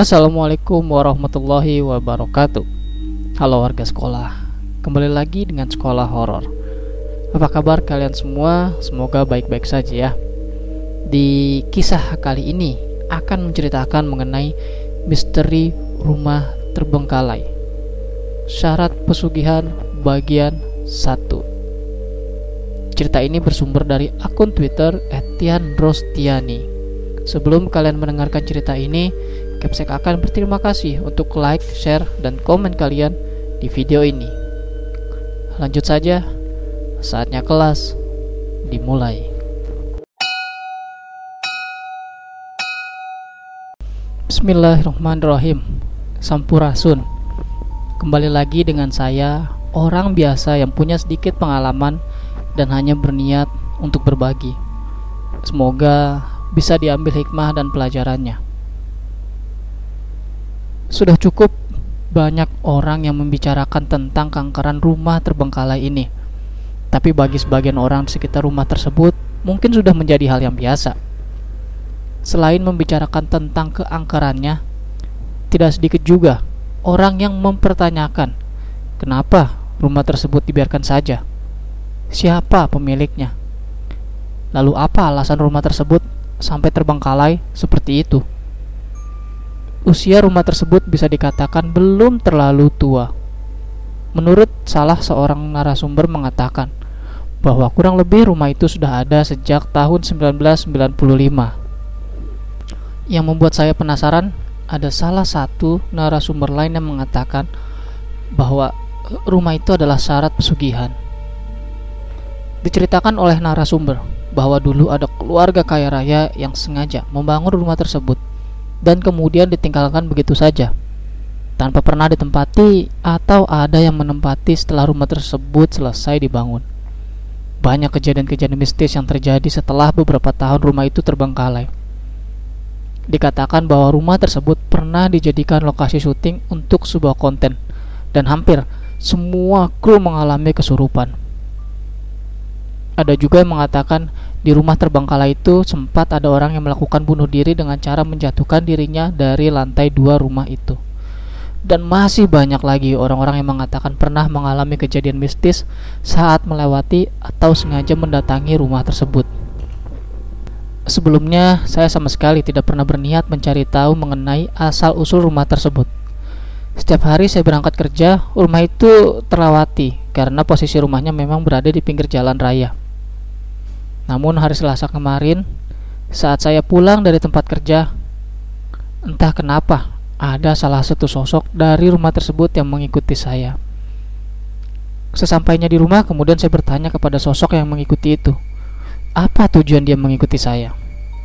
Assalamualaikum warahmatullahi wabarakatuh. Halo warga sekolah, kembali lagi dengan Sekolah Horor. Apa kabar kalian semua? Semoga baik-baik saja ya. Di kisah kali ini akan menceritakan mengenai misteri rumah terbengkalai. Syarat pesugihan bagian 1. Cerita ini bersumber dari akun Twitter @tianrostiani. Sebelum kalian mendengarkan cerita ini, Capsek akan berterima kasih untuk like, share, dan komen kalian di video ini. Lanjut saja, saatnya kelas dimulai. Bismillahirrahmanirrahim. Sampurasun. Kembali lagi dengan saya, orang biasa yang punya sedikit pengalaman dan hanya berniat untuk berbagi. Semoga bisa diambil hikmah dan pelajarannya. Sudah cukup banyak orang yang membicarakan tentang keangkeran rumah terbengkalai ini. Tapi bagi sebagian orang di sekitar rumah tersebut, mungkin sudah menjadi hal yang biasa. Selain membicarakan tentang keangkerannya, tidak sedikit juga orang yang mempertanyakan kenapa rumah tersebut dibiarkan saja. Siapa pemiliknya? Lalu apa alasan rumah tersebut sampai terbengkalai seperti itu? Usia rumah tersebut bisa dikatakan belum terlalu tua. Menurut salah seorang narasumber mengatakan bahwa kurang lebih rumah itu sudah ada sejak tahun 1995. Yang membuat saya penasaran, ada salah satu narasumber lain yang mengatakan bahwa rumah itu adalah syarat pesugihan. Diceritakan oleh narasumber bahwa dulu ada keluarga kaya raya yang sengaja membangun rumah tersebut dan kemudian ditinggalkan begitu saja tanpa pernah ditempati, atau ada yang menempati setelah rumah tersebut selesai dibangun. Banyak kejadian-kejadian mistis yang terjadi setelah beberapa tahun rumah itu terbengkalai. Dikatakan bahwa rumah tersebut pernah dijadikan lokasi syuting untuk sebuah konten dan hampir semua kru mengalami kesurupan. Ada juga yang mengatakan di rumah terbengkalai itu sempat ada orang yang melakukan bunuh diri dengan cara menjatuhkan dirinya dari lantai 2 rumah itu. Dan masih banyak lagi orang-orang yang mengatakan pernah mengalami kejadian mistis saat melewati atau sengaja mendatangi rumah tersebut. Sebelumnya, saya sama sekali tidak pernah berniat mencari tahu mengenai asal-usul rumah tersebut. Setiap hari saya berangkat kerja, rumah itu terlewati karena posisi rumahnya memang berada di pinggir jalan raya. Namun hari Selasa kemarin, saat saya pulang dari tempat kerja, entah kenapa ada salah satu sosok dari rumah tersebut yang mengikuti saya. Sesampainya di rumah, kemudian saya bertanya kepada sosok yang mengikuti itu, apa tujuan dia mengikuti saya?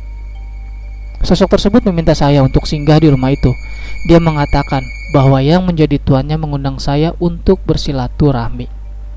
Sosok tersebut meminta saya untuk singgah di rumah itu. Dia mengatakan bahwa yang menjadi tuannya mengundang saya untuk bersilaturahmi.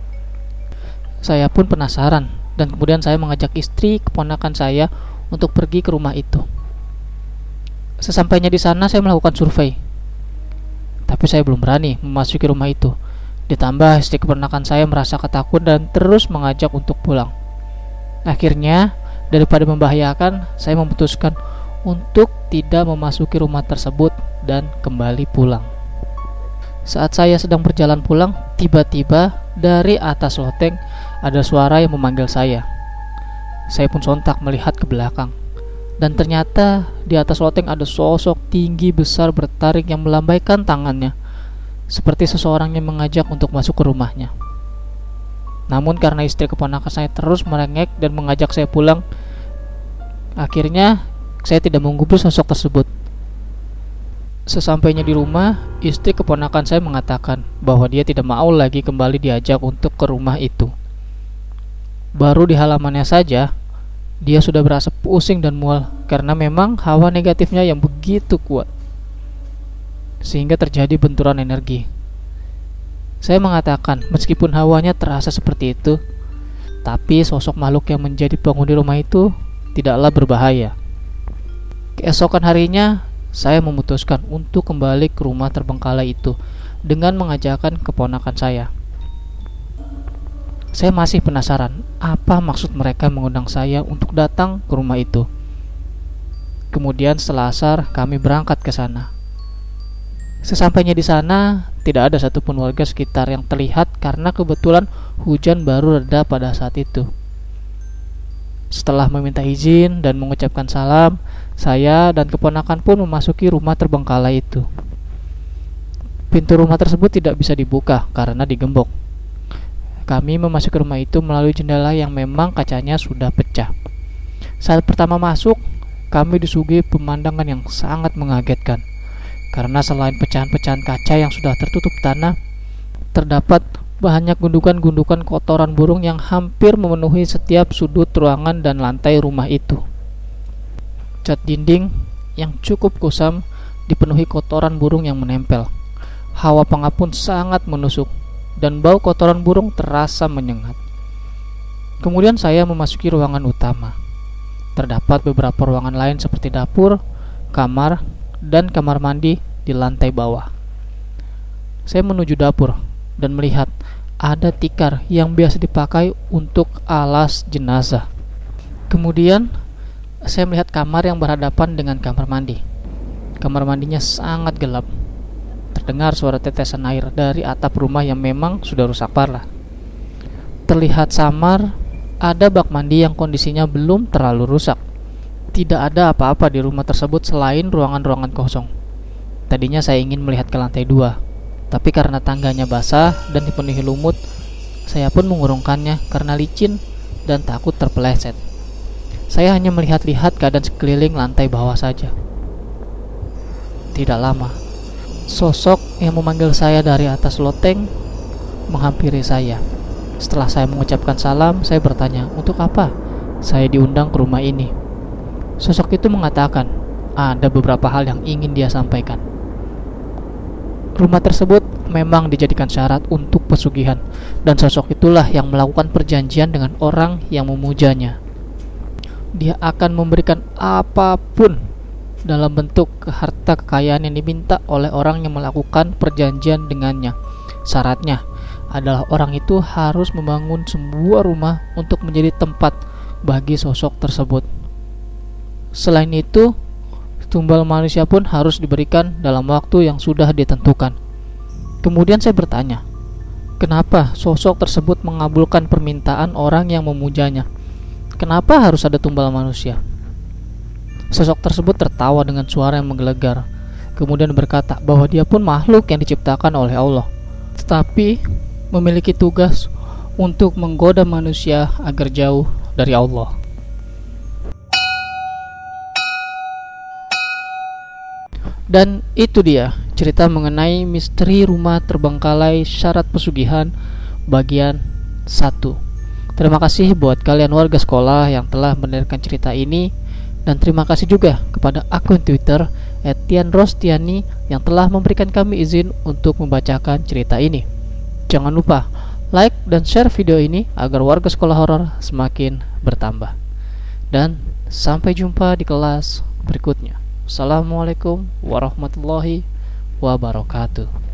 Saya pun penasaran, dan kemudian saya mengajak istri keponakan saya untuk pergi ke rumah itu. Sesampainya di sana, saya melakukan survei, tapi saya belum berani memasuki rumah itu. Ditambah istri keponakan saya merasa ketakutan dan terus mengajak untuk pulang. Akhirnya, daripada membahayakan, saya memutuskan untuk tidak memasuki rumah tersebut dan kembali pulang. Saat saya sedang berjalan pulang, tiba-tiba dari atas loteng ada suara yang memanggil saya. Saya pun sontak melihat ke belakang, dan ternyata di atas loteng ada sosok tinggi besar bertaring yang melambaikan tangannya, seperti seseorang yang mengajak untuk masuk ke rumahnya. Namun karena istri keponakan saya terus merengek dan mengajak saya pulang, akhirnya saya tidak menggubris sosok tersebut. Sesampainya di rumah, istri keponakan saya mengatakan bahwa dia tidak mau lagi kembali diajak untuk ke rumah itu. Baru di halamannya saja, dia sudah berasa pusing dan mual karena memang hawa negatifnya yang begitu kuat, sehingga terjadi benturan energi. Saya mengatakan meskipun hawanya terasa seperti itu, tapi sosok makhluk yang menjadi penghuni rumah itu tidaklah berbahaya. Keesokan harinya, saya memutuskan untuk kembali ke rumah terbengkalai itu dengan mengajakkan keponakan saya. Saya masih penasaran apa maksud mereka mengundang saya untuk datang ke rumah itu. Kemudian setelah asar kami berangkat ke sana. Sesampainya di sana, tidak ada satupun warga sekitar yang terlihat karena kebetulan hujan baru reda pada saat itu. Setelah meminta izin dan mengucapkan salam, saya dan keponakan pun memasuki rumah terbengkalai itu. Pintu rumah tersebut tidak bisa dibuka karena digembok. Kami memasuki rumah itu melalui jendela yang memang kacanya sudah pecah. Saat pertama masuk, kami disuguhi pemandangan yang sangat mengagetkan. Karena selain pecahan-pecahan kaca yang sudah tertutup tanah, terdapat banyak gundukan-gundukan kotoran burung yang hampir memenuhi setiap sudut ruangan dan lantai rumah itu. Cat dinding yang cukup kusam dipenuhi kotoran burung yang menempel. Hawa pengap pun sangat menusuk dan bau kotoran burung terasa menyengat. Kemudian saya memasuki ruangan utama. Terdapat beberapa ruangan lain seperti dapur, kamar, dan kamar mandi di lantai bawah. Saya menuju dapur dan melihat ada tikar yang biasa dipakai untuk alas jenazah. Kemudian saya melihat kamar yang berhadapan dengan kamar mandi. Kamar mandinya sangat gelap. Terdengar suara tetesan air dari atap rumah yang memang sudah rusak parah. Terlihat samar ada bak mandi yang kondisinya belum terlalu rusak. Tidak ada apa-apa di rumah tersebut selain ruangan-ruangan kosong. Tadinya saya ingin melihat ke lantai 2, tapi karena tangganya basah dan dipenuhi lumut, saya pun mengurungkannya karena licin dan takut terpeleset. Saya hanya melihat-lihat keadaan sekeliling lantai bawah saja. Tidak lama, sosok yang memanggil saya dari atas loteng menghampiri saya. Setelah saya mengucapkan salam, saya bertanya, "Untuk apa saya diundang ke rumah ini?" Sosok itu mengatakan ada beberapa hal yang ingin dia sampaikan. Rumah tersebut memang dijadikan syarat untuk pesugihan, dan sosok itulah yang melakukan perjanjian dengan orang yang memujanya. Dia akan memberikan apapun dalam bentuk harta kekayaan yang diminta oleh orang yang melakukan perjanjian dengannya. Syaratnya adalah orang itu harus membangun sebuah rumah untuk menjadi tempat bagi sosok tersebut. Selain itu, tumbal manusia pun harus diberikan dalam waktu yang sudah ditentukan. Kemudian saya bertanya, kenapa sosok tersebut mengabulkan permintaan orang yang memujanya? Kenapa harus ada tumbal manusia? Sosok tersebut tertawa dengan suara yang menggelegar, kemudian berkata bahwa dia pun makhluk yang diciptakan oleh Allah, tetapi memiliki tugas untuk menggoda manusia agar jauh dari Allah. Dan itu dia cerita mengenai misteri rumah terbengkalai syarat pesugihan bagian 1. Terima kasih buat kalian warga sekolah yang telah mendengarkan cerita ini, dan terima kasih juga kepada akun Twitter @tianrostiani yang telah memberikan kami izin untuk membacakan cerita ini. Jangan lupa like dan share video ini agar warga sekolah horor semakin bertambah. Dan sampai jumpa di kelas berikutnya. Assalamualaikum warahmatullahi wabarakatuh.